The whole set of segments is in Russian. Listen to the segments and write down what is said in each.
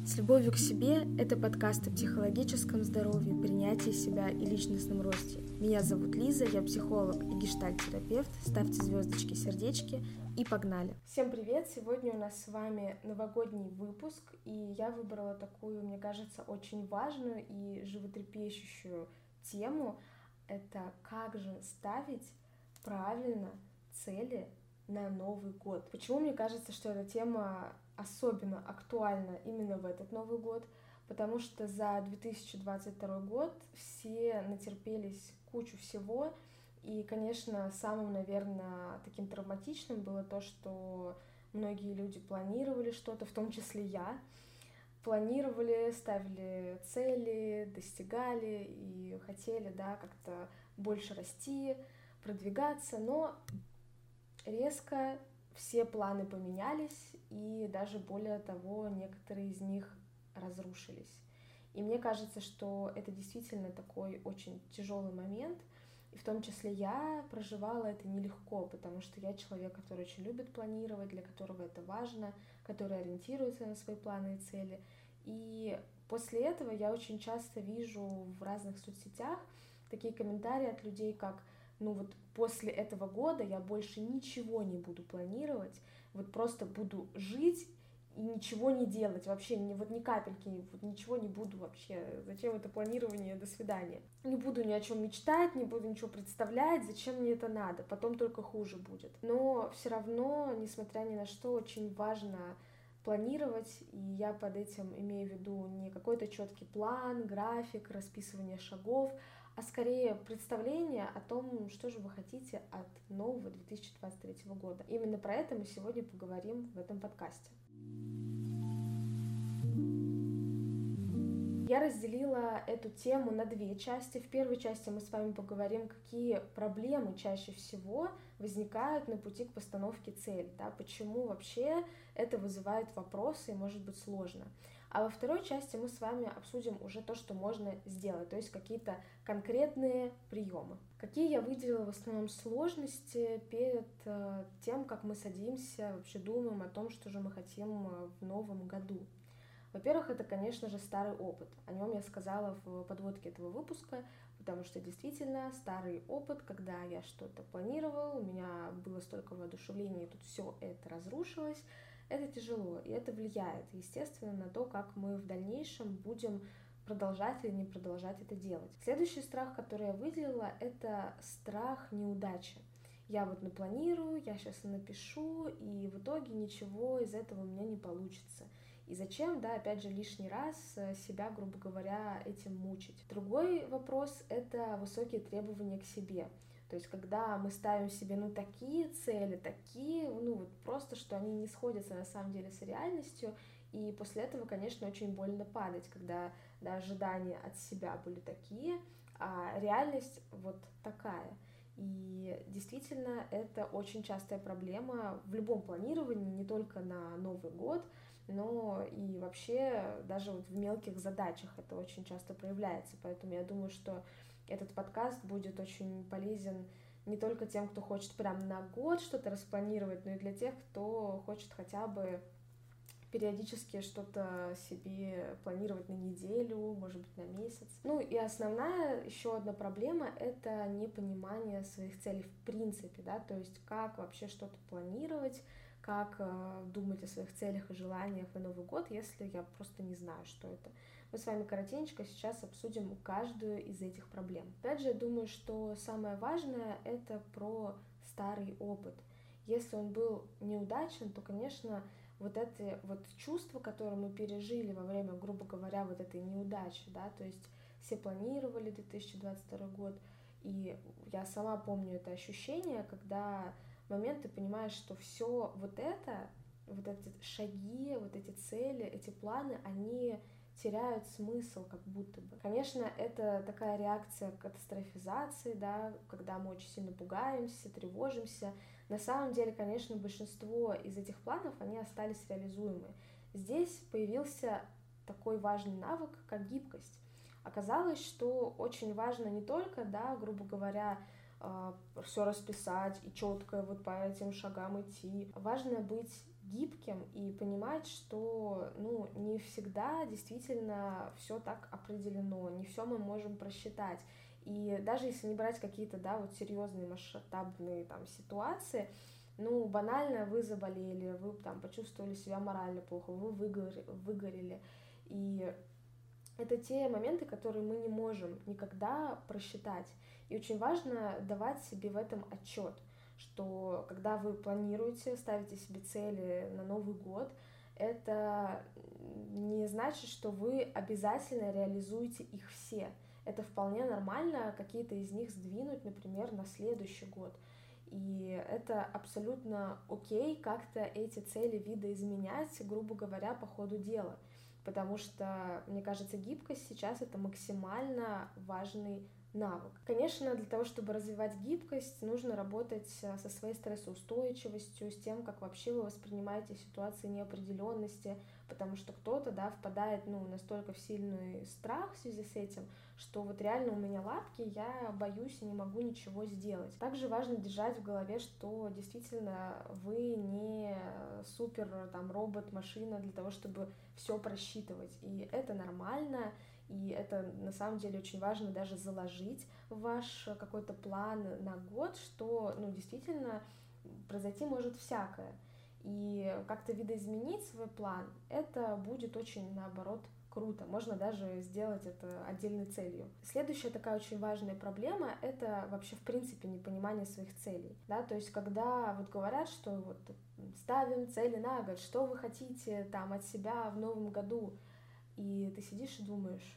С любовью к себе – это подкаст о психологическом здоровье, принятии себя и личностном росте. Меня зовут Лиза, я психолог и гештальт-терапевт. Ставьте звездочки, сердечки и погнали! Всем привет! Сегодня у нас с вами новогодний выпуск, и я выбрала такую, мне кажется, очень важную и животрепещущую тему. Это как же ставить правильно цели на Новый год. Почему мне кажется, что эта тема особенно актуальна именно в этот Новый год? Потому что за 2022 год все натерпелись кучу всего, и, конечно, самым, наверное, таким травматичным было то, что многие люди планировали что-то, в том числе я, планировали, ставили цели, достигали и хотели, как-то больше расти, продвигаться, но резко все планы поменялись, и даже более того, некоторые из них разрушились. И мне кажется, что это действительно такой очень тяжелый момент, и в том числе я проживала это нелегко, потому что я человек, который очень любит планировать, для которого это важно, который ориентируется на свои планы и цели. И после этого я очень часто вижу в разных соцсетях такие комментарии от людей, как после этого года я больше ничего не буду планировать, просто буду жить и ничего не делать, вообще ни капельки, ничего не буду вообще, зачем это планирование, до свидания. Не буду ни о чем мечтать, не буду ничего представлять, зачем мне это надо, потом только хуже будет. Но все равно, несмотря ни на что, очень важно планировать, и я под этим имею в виду не какой-то четкий план, график, расписывание шагов, а скорее представление о том, что же вы хотите от нового 2023 года. Именно про это мы сегодня поговорим в этом подкасте. Я разделила эту тему на две части. В первой части мы с вами поговорим, какие проблемы чаще всего возникают на пути к постановке цели, почему вообще это вызывает вопросы и может быть сложно. А во второй части мы с вами обсудим уже то, что можно сделать, то есть какие-то конкретные приемы. Какие я выделила в основном сложности перед тем, как мы садимся, вообще думаем о том, что же мы хотим в новом году. Во-первых, это, конечно же, старый опыт. О нем я сказала в подводке этого выпуска, потому что действительно старый опыт, когда я что-то планировала, у меня было столько воодушевления, и тут все это разрушилось, это тяжело, и это влияет, естественно, на то, как мы в дальнейшем будем продолжать или не продолжать это делать. Следующий страх, который я выделила, это страх неудачи. Я напланирую, я сейчас напишу, и в итоге ничего из этого у меня не получится. И зачем, опять же, лишний раз себя, грубо говоря, этим мучить. Другой вопрос — это высокие требования к себе. То есть, когда мы ставим себе, такие цели, такие, просто, что они не сходятся на самом деле с реальностью, и после этого, конечно, очень больно падать, когда, ожидания от себя были такие, а реальность такая. И действительно, это очень частая проблема в любом планировании, не только на Новый год, но и вообще даже в мелких задачах это очень часто проявляется. Поэтому я думаю, что этот подкаст будет очень полезен не только тем, кто хочет прям на год что-то распланировать, но и для тех, кто хочет хотя бы периодически что-то себе планировать на неделю, может быть, на месяц. И основная еще одна проблема — это непонимание своих целей в принципе, то есть как вообще что-то планировать, как думать о своих целях и желаниях на Новый год, если я просто не знаю, что это. Мы с вами коротенько сейчас обсудим каждую из этих проблем. Опять же, я думаю, что самое важное — это про старый опыт. Если он был неудачен, то, конечно, эти чувства, которые мы пережили во время, грубо говоря, этой неудачи, то есть все планировали 2022 год, и я сама помню это ощущение, когда момент ты понимаешь, что все эти шаги, эти цели, эти планы, они теряют смысл как будто бы. Конечно, это такая реакция катастрофизации, когда мы очень сильно пугаемся, тревожимся. На самом деле, конечно, большинство из этих планов, они остались реализуемы. Здесь появился такой важный навык, как гибкость. Оказалось, что очень важно не только, грубо говоря, все расписать и четко по этим шагам идти. Важно быть гибким и понимать, что, не всегда действительно все так определено, не все мы можем просчитать. И даже если не брать какие-то, да, вот серьезные масштабные там ситуации, банально вы заболели, вы там почувствовали себя морально плохо, вы выгорели. И это те моменты, которые мы не можем никогда просчитать. И очень важно давать себе в этом отчет, что когда вы планируете, ставите себе цели на Новый год, это не значит, что вы обязательно реализуете их все. Это вполне нормально какие-то из них сдвинуть, например, на следующий год. И это абсолютно окей как-то эти цели видоизменять, грубо говоря, по ходу дела. Потому что, мне кажется, гибкость сейчас это максимально важный навык. Конечно, для того, чтобы развивать гибкость, нужно работать со своей стрессоустойчивостью, с тем, как вообще вы воспринимаете ситуации неопределенности, потому что кто-то, да, впадает, настолько в сильный страх в связи с этим, что вот реально у меня лапки, я боюсь и не могу ничего сделать. Также важно держать в голове, что действительно вы не супер там робот, машина для того, чтобы все просчитывать, и это нормально. И это на самом деле очень важно даже заложить в ваш какой-то план на год, что, действительно произойти может всякое. И как-то видоизменить свой план, это будет очень, наоборот, круто. Можно даже сделать это отдельной целью. Следующая такая очень важная проблема — это вообще, в принципе, непонимание своих целей. Да? То есть, когда вот говорят, что вот ставим цели на год, что вы хотите там от себя в новом году, и ты сидишь и думаешь: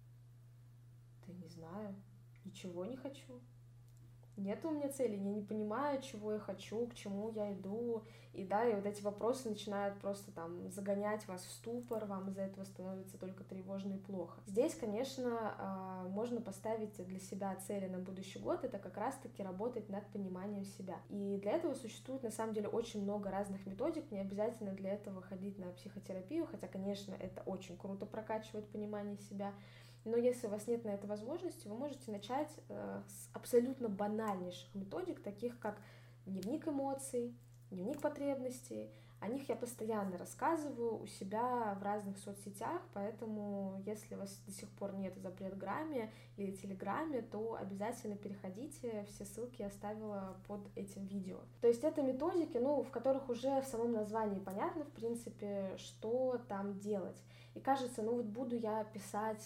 да не знаю, ничего не хочу. Нет у меня цели, я не понимаю, чего я хочу, к чему я иду. И да, и вот эти вопросы начинают просто там загонять вас в ступор, вам из-за этого становится только тревожно и плохо. Здесь, конечно, можно поставить для себя цели на будущий год, это как раз-таки работать над пониманием себя. И для этого существует, на самом деле, очень много разных методик, не обязательно для этого ходить на психотерапию, хотя, конечно, это очень круто прокачивает понимание себя. Но если у вас нет на это возможности, вы можете начать с абсолютно банальнейших методик, таких как дневник эмоций, дневник потребностей. О них я постоянно рассказываю у себя в разных соцсетях, поэтому если у вас до сих пор нет в Запретграме или Телеграме, то обязательно переходите, все ссылки я оставила под этим видео. То есть это методики, в которых уже в самом названии понятно, в принципе, что там делать. И кажется, буду я писать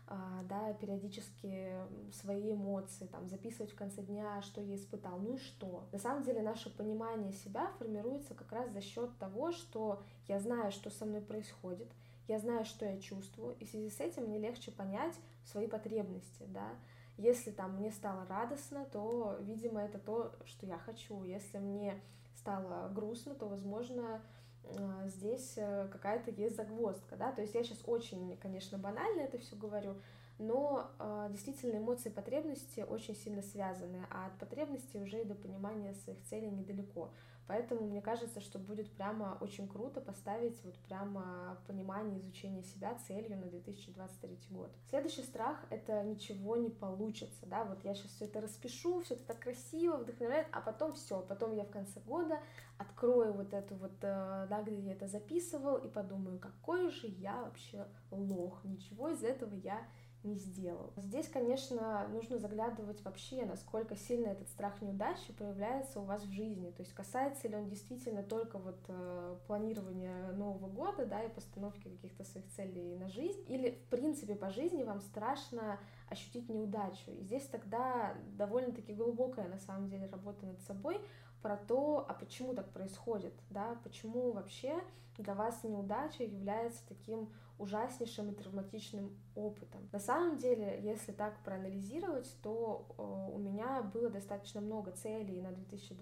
периодически свои эмоции, записывать в конце дня, что я испытал, и что. На самом деле наше понимание себя формируется как раз за счет того, что я знаю, что со мной происходит, я знаю, что я чувствую, и в связи с этим мне легче понять свои потребности, да. Если мне стало радостно, то, видимо, это то, что я хочу. Если мне стало грустно, то, возможно, здесь какая-то есть загвоздка, да, то есть я сейчас очень, конечно, банально это все говорю, но действительно эмоции и потребности очень сильно связаны, а от потребностей уже и до понимания своих целей недалеко. Поэтому мне кажется, что будет прямо очень круто поставить вот прямо понимание, изучение себя целью на 2023 год. Следующий страх — это ничего не получится, да, вот я сейчас все это распишу, все это так красиво, вдохновляет, а потом все, потом я в конце года открою вот эту вот, где я это записывал, и подумаю, какой же я вообще лох, ничего из этого я не сделал. Здесь, конечно, нужно заглядывать вообще, насколько сильно этот страх неудачи проявляется у вас в жизни. То есть касается ли он действительно только планирования Нового года, да, и постановки каких-то своих целей на жизнь, или в принципе по жизни вам страшно ощутить неудачу. И здесь тогда довольно-таки глубокая на самом деле работа над собой про то, а почему так происходит, да, почему вообще для вас неудача является таким ужаснейшим и травматичным опытом. На самом деле, если так проанализировать, то у меня было достаточно много целей на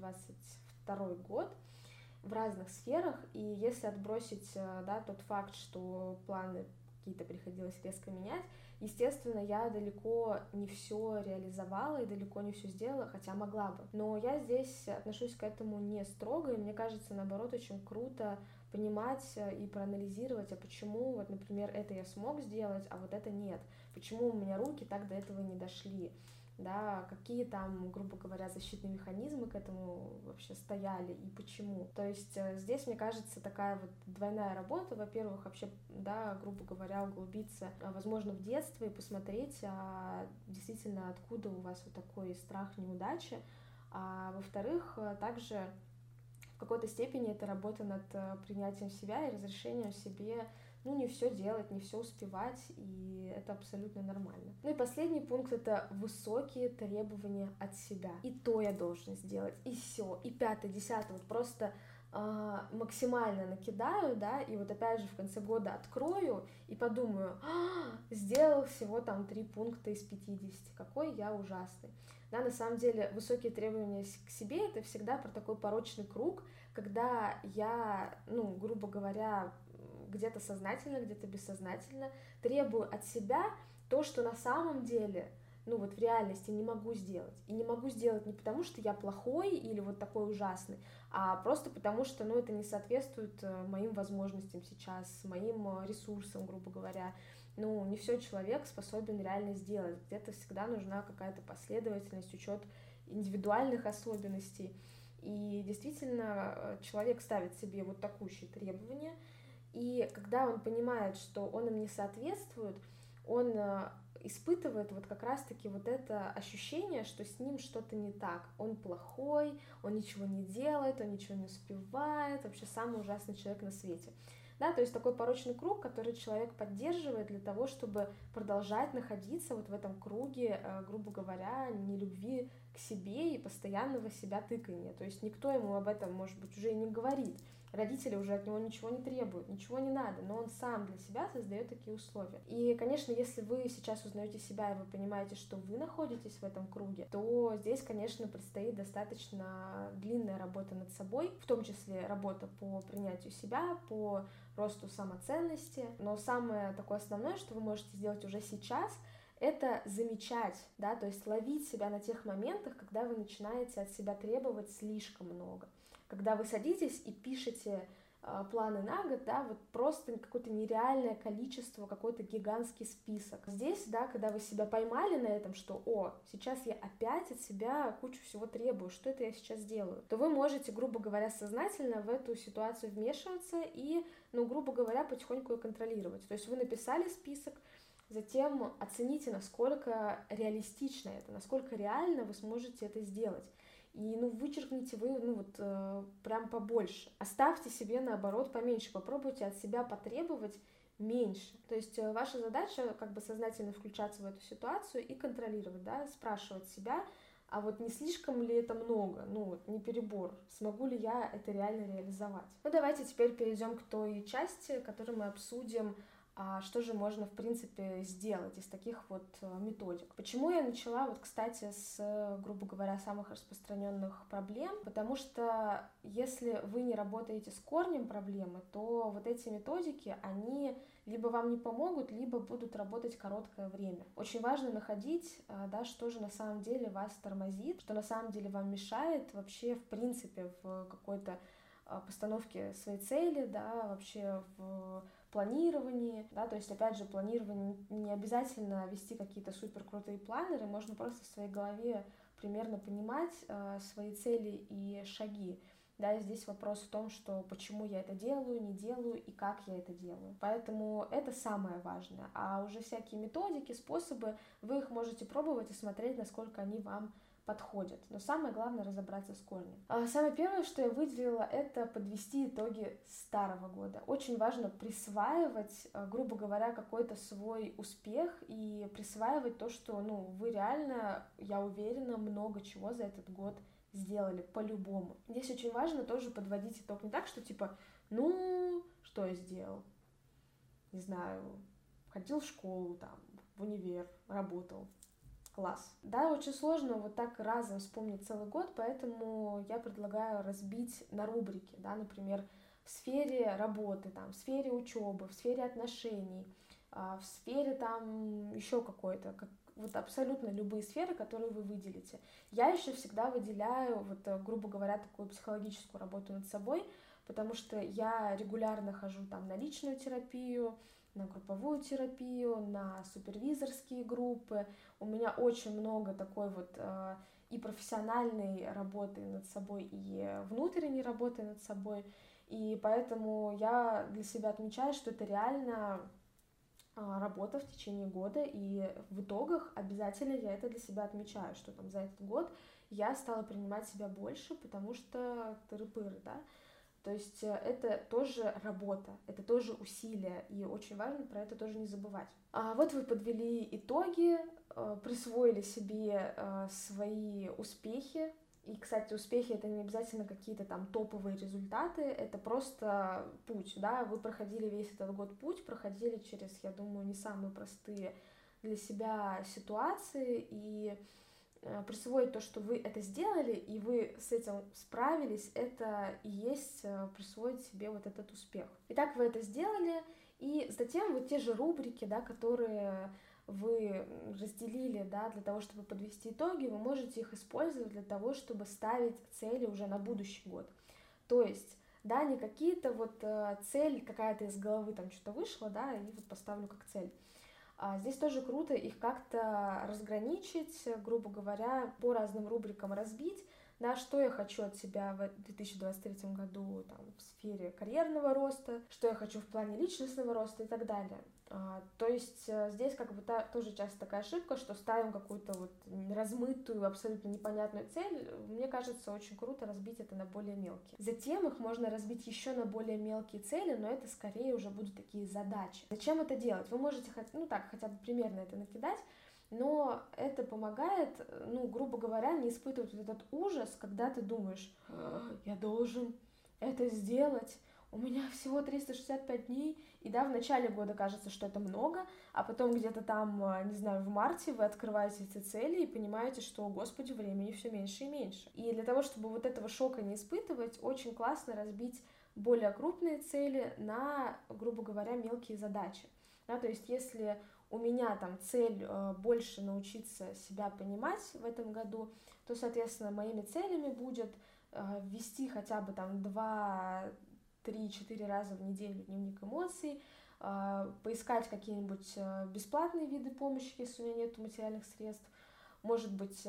2022 год в разных сферах, и если отбросить, тот факт, что планы какие-то приходилось резко менять, естественно, я далеко не все реализовала и далеко не все сделала, хотя могла бы. Но я здесь отношусь к этому не строго, и мне кажется, наоборот, очень круто понимать и проанализировать, а почему, например, это я смог сделать, а вот это нет. Почему у меня руки так до этого не дошли. да, какие там, грубо говоря, защитные механизмы к этому вообще стояли и почему. То есть здесь, мне кажется, такая вот двойная работа. Во-первых, вообще, да, грубо говоря, углубиться, возможно, в детство и посмотреть, действительно, откуда у вас вот такой страх неудачи. А во-вторых, также в какой-то степени это работа над принятием себя и разрешением себе, ну, не все делать, не все успевать, и это абсолютно нормально. Ну и последний пункт — это высокие требования от себя. И то я должен сделать, и все, и пятое, десятое, вот просто максимально накидаю, да, и вот опять же в конце года открою и подумаю, сделал всего там 3 пункта из 50, какой я ужасный. Да, на самом деле высокие требования к себе — это всегда про такой порочный круг, когда я, ну, грубо говоря, где-то сознательно, где-то бессознательно требую от себя то, что на самом деле, ну вот в реальности не могу сделать. И не могу сделать не потому, что я плохой или вот такой ужасный, а просто потому, что, ну, это не соответствует моим возможностям сейчас, моим ресурсам, грубо говоря. Ну, не все человек способен реально сделать. Где-то всегда нужна какая-то последовательность, учет индивидуальных особенностей. И действительно, человек ставит себе вот такущие требования, и когда он понимает, что он им не соответствует, он испытывает вот как раз-таки вот это ощущение, что с ним что-то не так. Он плохой, он ничего не делает, он ничего не успевает, вообще самый ужасный человек на свете. Да, то есть такой порочный круг, который человек поддерживает для того, чтобы продолжать находиться вот в этом круге, грубо говоря, нелюбви к себе и постоянного себя тыкания. То есть никто ему об этом, может быть, уже и не говорит. Родители уже от него ничего не требуют, ничего не надо, но он сам для себя создает такие условия. И, конечно, если вы сейчас узнаете себя и вы понимаете, что вы находитесь в этом круге, то здесь, конечно, предстоит достаточно длинная работа над собой, в том числе работа по принятию себя, по росту самоценности. Но самое такое основное, что вы можете сделать уже сейчас, это замечать, да, то есть ловить себя на тех моментах, когда вы начинаете от себя требовать слишком много. Когда вы садитесь и пишете планы на год, да, вот просто какое-то нереальное количество, какой-то гигантский список. Здесь, да, когда вы себя поймали на этом, что, сейчас я опять от себя кучу всего требую, что это я сейчас делаю, то вы можете, грубо говоря, сознательно в эту ситуацию вмешиваться и, ну, грубо говоря, потихоньку ее контролировать. То есть вы написали список, затем оцените, насколько реалистично это, насколько реально вы сможете это сделать. И, ну, вычеркните вы, ну, вот, прям побольше. Оставьте себе, наоборот, поменьше. Попробуйте от себя потребовать меньше. То есть ваша задача как бы сознательно включаться в эту ситуацию и контролировать, да, спрашивать себя, а вот не слишком ли это много, ну, вот, не перебор, смогу ли я это реально реализовать. Ну, давайте теперь перейдем к той части, которую мы обсудим, что же можно, в принципе, сделать из таких вот методик. Почему я начала, вот, кстати, с, грубо говоря, самых распространенных проблем? Потому что если вы не работаете с корнем проблемы, то вот эти методики, они либо вам не помогут, либо будут работать короткое время. Очень важно находить, да, что же на самом деле вас тормозит, что на самом деле вам мешает вообще, в принципе, в какой-то постановке своей цели, да, вообще в планировании, да, то есть, опять же, планирование не обязательно вести какие-то супер крутые планеры, можно просто в своей голове примерно понимать свои цели и шаги. Да, и здесь вопрос в том, что почему я это делаю, не делаю и как я это делаю. Поэтому это самое важное. А уже всякие методики, способы, вы их можете пробовать и смотреть, насколько они вам подходят. Но самое главное — разобраться с корнем. Самое первое, что я выделила, это подвести итоги старого года. Очень важно присваивать, грубо говоря, какой-то свой успех и присваивать то, что, ну, вы реально, я уверена, много чего за этот год сделали по-любому. Здесь очень важно тоже подводить итог не так, что типа, ну, что я сделал? Не знаю, ходил в школу, там, в универ, работал. Класс. Да, очень сложно вот так разом вспомнить целый год, поэтому я предлагаю разбить на рубрики, да, например, в сфере работы, там, в сфере учебы, в сфере отношений, в сфере там еще какой-то, вот абсолютно любые сферы, которые вы выделите. Я еще всегда выделяю, вот, грубо говоря, такую психологическую работу над собой, потому что я регулярно хожу там на личную терапию, на групповую терапию, на супервизорские группы. У меня очень много такой вот и профессиональной работы над собой, и внутренней работы над собой. И поэтому я для себя отмечаю, что это реально работа в течение года, и в итогах обязательно я это для себя отмечаю, что там за этот год я стала принимать себя больше, потому что тыры-пыры, да. То есть это тоже работа, это тоже усилия, и очень важно про это тоже не забывать. А вот вы подвели итоги, присвоили себе свои успехи. И, кстати, успехи — это не обязательно какие-то там топовые результаты, это просто путь, да, вы проходили весь этот год путь, проходили через, я думаю, не самые простые для себя ситуации, и присвоить то, что вы это сделали, и вы с этим справились, это и есть присвоить себе вот этот успех. Итак, вы это сделали, и затем вот те же рубрики, да, которые вы разделили, да, для того, чтобы подвести итоги, вы можете их использовать для того, чтобы ставить цели уже на будущий год. То есть, да, не какие-то вот цель какая-то из головы там что-то вышло, да, и вот поставлю как цель. Здесь тоже круто их как-то разграничить, грубо говоря, по разным рубрикам разбить, да, что я хочу от себя в 2023 году там, в сфере карьерного роста, что я хочу в плане личностного роста и так далее. То есть здесь как бы тоже часто такая ошибка, что ставим какую-то вот размытую, абсолютно непонятную цель. Мне кажется, очень круто разбить это на более мелкие. Затем их можно разбить еще на более мелкие цели, но это скорее уже будут такие задачи. Зачем это делать? Вы можете, ну так, хотя бы примерно это накидать, но это помогает, ну, грубо говоря, не испытывать вот этот ужас, когда ты думаешь: я должен это сделать, у меня всего 365 дней, и да, в начале года кажется, что это много, а потом где-то там, не знаю, в марте вы открываете эти цели и понимаете, что, господи, времени все меньше и меньше. И для того, чтобы вот этого шока не испытывать, очень классно разбить более крупные цели на, грубо говоря, мелкие задачи. Да, то есть если у меня там цель больше научиться себя понимать в этом году, то, соответственно, моими целями будет ввести хотя бы там 2-3-4 раза в неделю дневник эмоций, поискать какие-нибудь бесплатные виды помощи, если у меня нет материальных средств, может быть,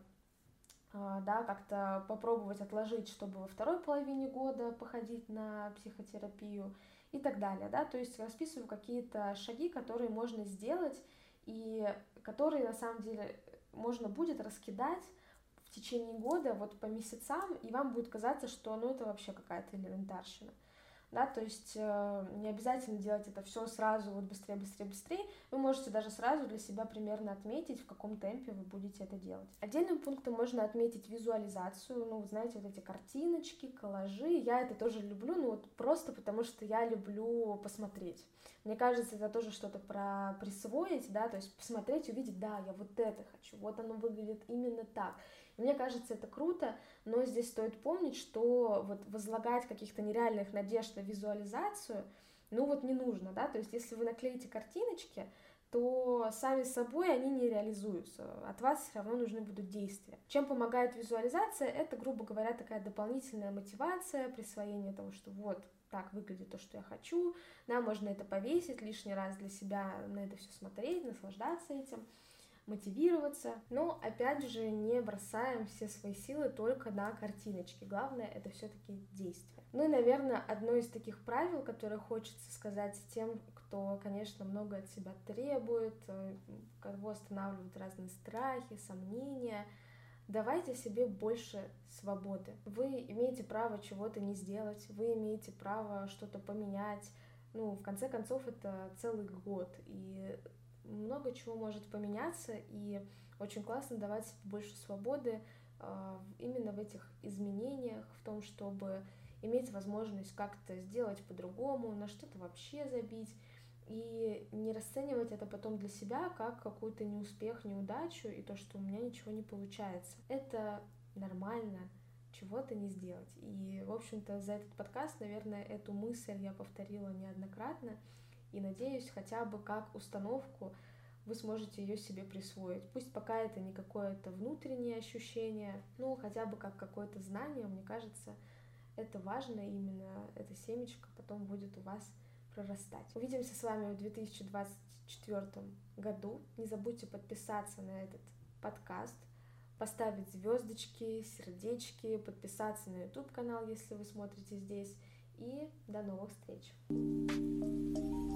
да, как-то попробовать отложить, чтобы во второй половине года походить на психотерапию и так далее, да, то есть расписываю какие-то шаги, которые можно сделать и которые на самом деле можно будет раскидать в течение года вот по месяцам, и вам будет казаться, что ну это вообще какая-то элементарщина. Да, то есть не обязательно делать это все сразу, вот быстрее, быстрее, быстрее. Вы можете даже сразу для себя примерно отметить, в каком темпе вы будете это делать. Отдельным пунктом можно отметить визуализацию, ну, знаете, вот эти картиночки, коллажи. Я это тоже люблю, ну, вот просто потому что я люблю посмотреть. Мне кажется, это тоже что-то про присвоить, да, то есть посмотреть, увидеть, да, я вот это хочу, вот оно выглядит именно так. И мне кажется, это круто, но здесь стоит помнить, что вот возлагать каких-то нереальных надежд на визуализацию, ну вот не нужно, да, то есть если вы наклеите картиночки, то сами собой они не реализуются, от вас все равно нужны будут действия. Чем помогает визуализация? Это, грубо говоря, такая дополнительная мотивация, присвоение того, что вот так выглядит то, что я хочу, да, можно это повесить лишний раз для себя, на это все смотреть, наслаждаться этим, мотивироваться, но опять же не бросаем все свои силы только на картиночки, главное это все-таки действие. Ну и, наверное, одно из таких правил, которое хочется сказать тем, кто, конечно, много от себя требует, кого останавливают разные страхи, сомнения: давайте себе больше свободы. Вы имеете право чего-то не сделать, вы имеете право что-то поменять, ну, в конце концов, это целый год, и много чего может поменяться, и очень классно давать себе больше свободы именно в этих изменениях, в том, чтобы иметь возможность как-то сделать по-другому, на что-то вообще забить, и не расценивать это потом для себя как какой-то неуспех, неудачу, и то, что у меня ничего не получается. Это нормально чего-то не сделать. И, в общем-то, за этот подкаст, наверное, эту мысль я повторила неоднократно, и надеюсь, хотя бы как установку вы сможете ее себе присвоить. Пусть пока это не какое-то внутреннее ощущение, но хотя бы как какое-то знание, мне кажется, это важно, именно эта семечко потом будет у вас прорастать. Увидимся с вами в 2024 году. Не забудьте подписаться на этот подкаст, поставить звездочки, сердечки, подписаться на YouTube канал, если вы смотрите здесь. И до новых встреч!